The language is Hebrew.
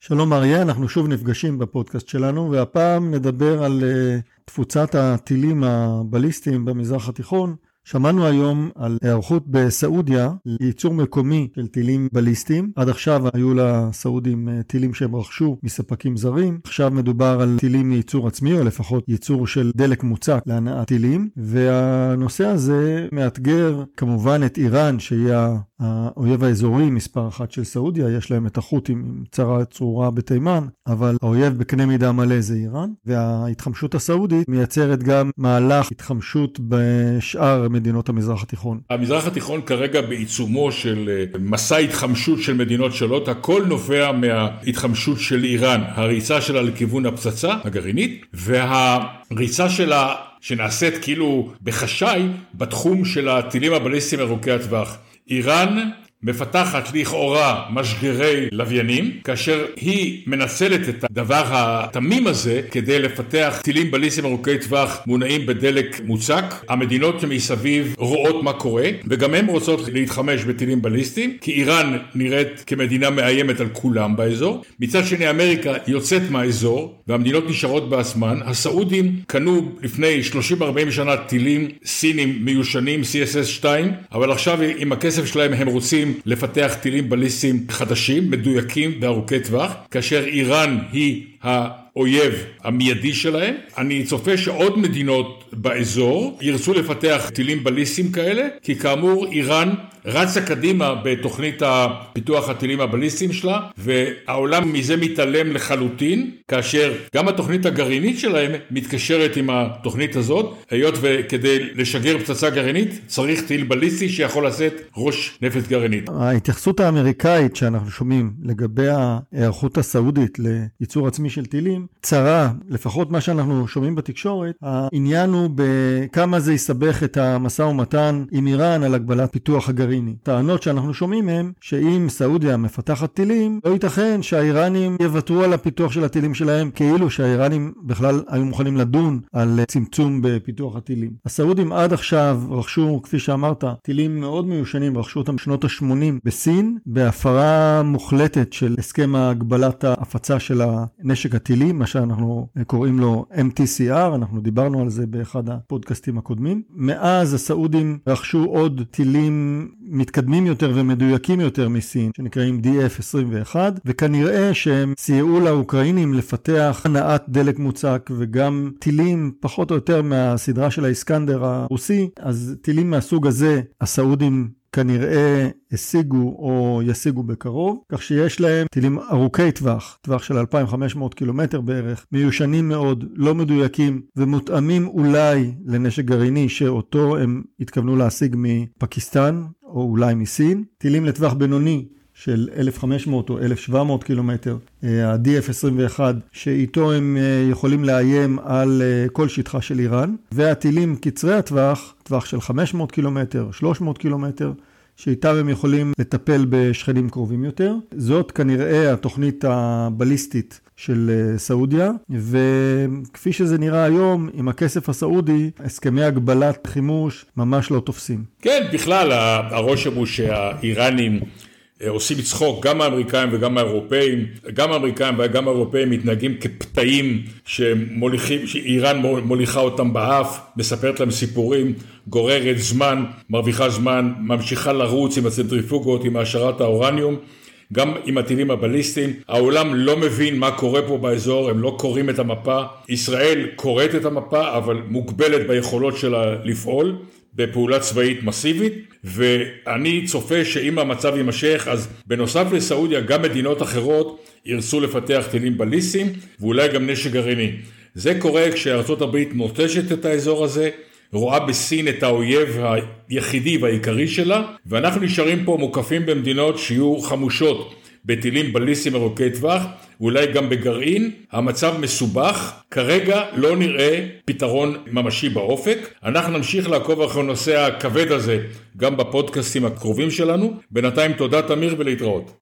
שלום אריה, אנחנו שוב נפגשים בפודקאסט שלנו, והפעם נדבר על תפוצת הטילים הבליסטיים במזרח התיכון. שמענו היום על היערכות בסעודיה לייצור מקומי של טילים בליסטיים. עד עכשיו היו לסעודים טילים שהם רכשו מספקים זרים. עכשיו מדובר על טילים לייצור עצמי, או לפחות ייצור של דלק מוצק להנעת טילים. והנושא הזה מאתגר כמובן את איראן, שהיא האויב האזורי מספר אחת של סעודיה. יש להם את החות'ים עם צרה צרורה בתימן, אבל האויב בקנה מידה מלא זה איראן. וההתחמשות הסעודית מייצרת גם מהלך התחמשות בשאר מדינות המזרח התיכון. המזרח התיכון כרגע בעיצומו של מסע התחמשות של מדינות שונות. הכל נובע מההתחמשות של איראן, הריצה שלה לכיוון הפצצה הגרעינית, והריצה שלה שנעשית כאילו בחשאי בתחום של הטילים הבליסטיים ארוכי הטווח. איראן מפתחת לכאורה משגרי לוויינים, כאשר היא מנצלת את הדבר התמים הזה כדי לפתח טילים בליסטיים ארוכי טווח מונעים בדלק מוצק. המדינות שמסביב רואות מה קורה, וגם הן רוצות להתחמש בטילים בליסטיים, כי איראן נראית כמדינה מאיימת על כולם באזור. מצד שני אמריקה יוצאת מהאזור, והמדינות נשארות בעצמן. הסעודים קנו לפני 30-40 שנה טילים סינים מיושנים, CSS-2, אבל עכשיו עם הכסף שלהם הם רוצים לפתח טילים בליסטיים חדשים, מדויקים וארוכי טווח, כאשר איראן היא האויב המיידי שלהם. אני צופה שעוד מדינות באזור ירצו לפתח טילים בליסטיים כאלה, כי כאמור איראן רצה קדימה בתוכנית פיתוח הטילים הבליסטיים שלה, והעולם מזה מתעלם לחלוטין, כאשר גם התוכנית הגרעינית שלהם מתקשרת עם התוכנית הזאת, היות וכדי לשגר פצצה גרעינית צריך טיל בליסטי שיכול לשאת ראש נפץ גרעינית. ההתייחסות האמריקאית שאנחנו שומעים לגבי ההיערכות הסעודית לייצור עצמי של טילים, צרה, לפחות מה שאנחנו שומעים בתקשורת, העניין הוא בכמה זה יסבך את המשא ומתן עם איראן על הגבלת פיתוח הגרעיני. טענות שאנחנו שומעים הם שאם סעודיה מפתחת טילים, לא ייתכן שהאיראנים יוותרו על הפיתוח של הטילים שלהם, כאילו שהאיראנים בכלל היו מוכנים לדון על צמצום בפיתוח הטילים. הסעודים עד עכשיו רכשו, כפי שאמרת, טילים מאוד מיושנים, רכשו אותם בשנות ה-80 בסין, בהפרה מוחלטת של הסכם הגבלת ההפצה של הנשק הטילים, מה שאנחנו קוראים לו MTCR, אנחנו דיברנו על זה באחד הפודקאסטים הקודמים. מאז הסעודים רכשו עוד טילים מתקדמים יותר ומדויקים יותר מסין, שנקראים DF-21, וכנראה שהם סייעו לאוקראינים לפתח הנעת דלק מוצק, וגם טילים פחות או יותר מהסדרה של האיסקנדר הרוסי. אז טילים מהסוג הזה הסעודים כנראה השיגו או ישיגו בקרוב, כך שיש להם טילים ארוכי טווח, טווח של 2,500 קילומטר בערך, מיושנים מאוד, לא מדויקים, ומותאמים אולי לנשק גרעיני שאותו הם התכוונו להשיג מפקיסטן, או אולי מסין. טילים לטווח בינוני של 1,500 או 1,700 קילומטר, ה-DF-21, שאיתו הם יכולים לאיים על כל שטחה של איראן, והטילים קצרי הטווח, טווח של 500 קילומטר, 300 קילומטר, שאיתם הם יכולים לטפל בשכנים קרובים יותר. זאת כנראה התוכנית הבליסטית של סעודיה, וכפי שזה נראה היום, עם הכסף הסעודי, הסכמי הגבלת חימוש ממש לא תופסים. כן, בכלל הרושם הוא שהאיראנים עושים צחוק, גם האמריקאים וגם האירופאים. גם האמריקאים וגם האירופאים מתנהגים כפתאים שאיראן מוליכה אותם באף, מספרת להם סיפורים, גוררת זמן, מרוויחה זמן, ממשיכה לרוץ עם הצנטריפוגות, עם העשרת האורניום, גם עם הטילים הבליסטיים. העולם לא מבין מה קורה פה באזור, הם לא קוראים את המפה. ישראל קוראת את המפה, אבל מוגבלת ביכולות שלה לפעול בפעולה צבאית מסיבית, ואני צופה שאם המצב יימשך, אז בנוסף לסעודיה גם מדינות אחרות ירצו לפתח טילים בליסטיים, ואולי גם נשק גרעיני. זה קורה כשארצות הברית נוטשת את האזור הזה, רואה בסין את האויב היחידי והעיקרי שלה, ואנחנו נשארים פה מוקפים במדינות שיהיו חמושות בטילים בליסטיים ארוכי טווח, ואולי גם בגרעין. המצב מסובך, כרגע לא נראה פתרון ממשי באופק. אנחנו נמשיך לעקוב אחרי הנושא הכבד הזה גם בפודקאסטים הקרובים שלנו. בינתיים תודה תמיר ולהתראות.